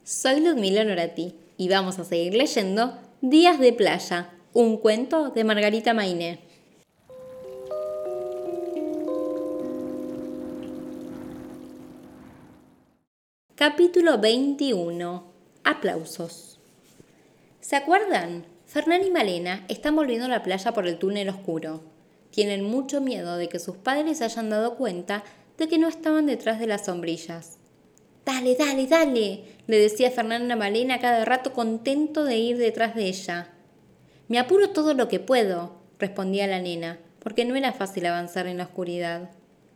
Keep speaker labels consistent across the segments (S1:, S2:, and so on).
S1: Soy Ludmila Norati y vamos a seguir leyendo Días de Playa, un cuento de Margarita Mainé. Capítulo 21. Aplausos. ¿Se acuerdan? Fernán y Malena están volviendo a la playa por el túnel oscuro. Tienen mucho miedo de que sus padres se hayan dado cuenta de que no estaban detrás de las sombrillas. «Dale, dale, dale», le decía Fernán a Malena cada rato, contento de ir detrás de ella. «Me apuro todo lo que puedo», respondía la nena, porque no era fácil avanzar en la oscuridad.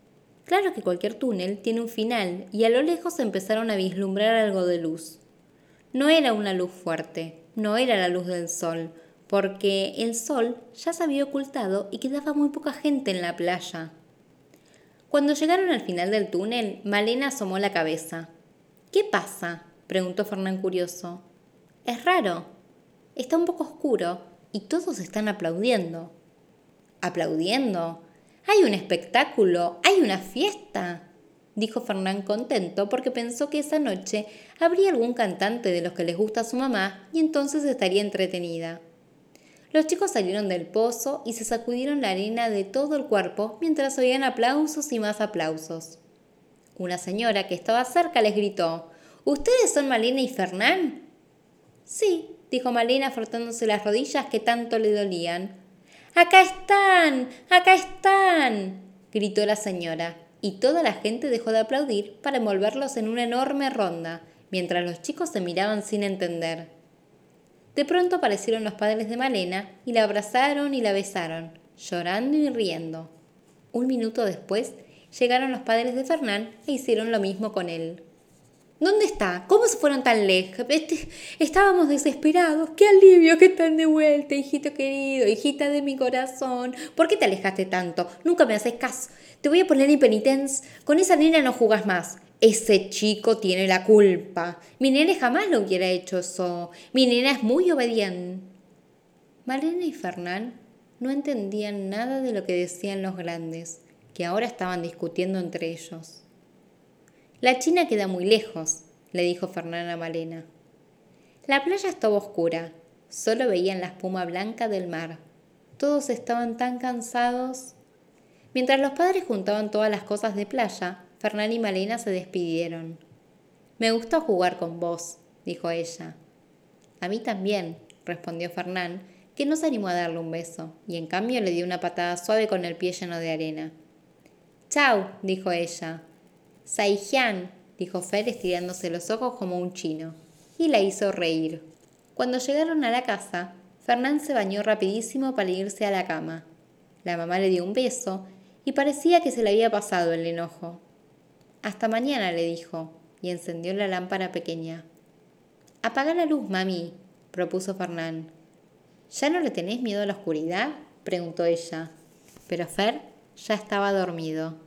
S1: Claro que cualquier túnel tiene un final y a lo lejos empezaron a vislumbrar algo de luz. No era una luz fuerte, no era la luz del sol, porque el sol ya se había ocultado y quedaba muy poca gente en la playa. Cuando llegaron al final del túnel, Malena asomó la cabeza. «¿Qué pasa?», preguntó Fernán curioso. «Es raro. Está un poco oscuro y todos están aplaudiendo». «¿Aplaudiendo? ¡Hay un espectáculo! ¡Hay una fiesta!», dijo Fernán contento porque pensó que esa noche habría algún cantante de los que les gusta a su mamá y entonces estaría entretenida. Los chicos salieron del pozo y se sacudieron la arena de todo el cuerpo mientras oían aplausos y más aplausos. Una señora que estaba cerca les gritó: «¿Ustedes son Malena y Fernán?». «Sí», dijo Malena frotándose las rodillas que tanto le dolían. «¡Acá están! ¡Acá están!», gritó la señora, y toda la gente dejó de aplaudir para envolverlos en una enorme ronda, mientras los chicos se miraban sin entender. De pronto aparecieron los padres de Malena y la abrazaron y la besaron, llorando y riendo. Un minuto después llegaron los padres de Fernán e hicieron lo mismo con él. «¿Dónde está? ¿Cómo se fueron tan lejos? Estábamos desesperados. ¡Qué alivio que están de vuelta, hijito querido, hijita de mi corazón! ¿Por qué te alejaste tanto? Nunca me haces caso. Te voy a poner en penitencia. Con esa nena no jugás más. Ese chico tiene la culpa. Mi nena jamás lo hubiera hecho eso. Mi nena es muy obediente». Malena y Fernán no entendían nada de lo que decían los grandes, que ahora estaban discutiendo entre ellos. «La China queda muy lejos», le dijo Fernán a Malena. La playa estaba oscura, solo veían la espuma blanca del mar. Todos estaban tan cansados. Mientras los padres juntaban todas las cosas de playa, Fernán y Malena se despidieron. «Me gustó jugar con vos», dijo ella. «A mí también», respondió Fernán, que no se animó a darle un beso, y en cambio le dio una patada suave con el pie lleno de arena. «Chau», dijo ella. «Saijian», dijo Fer estirándose los ojos como un chino, y la hizo reír. Cuando llegaron a la casa, Fernán se bañó rapidísimo para irse a la cama. La mamá le dio un beso y parecía que se le había pasado el enojo. «Hasta mañana», le dijo, y encendió la lámpara pequeña. «Apagá la luz, mami», propuso Fernán. «¿Ya no le tenés miedo a la oscuridad?», preguntó ella. Pero Fer ya estaba dormido.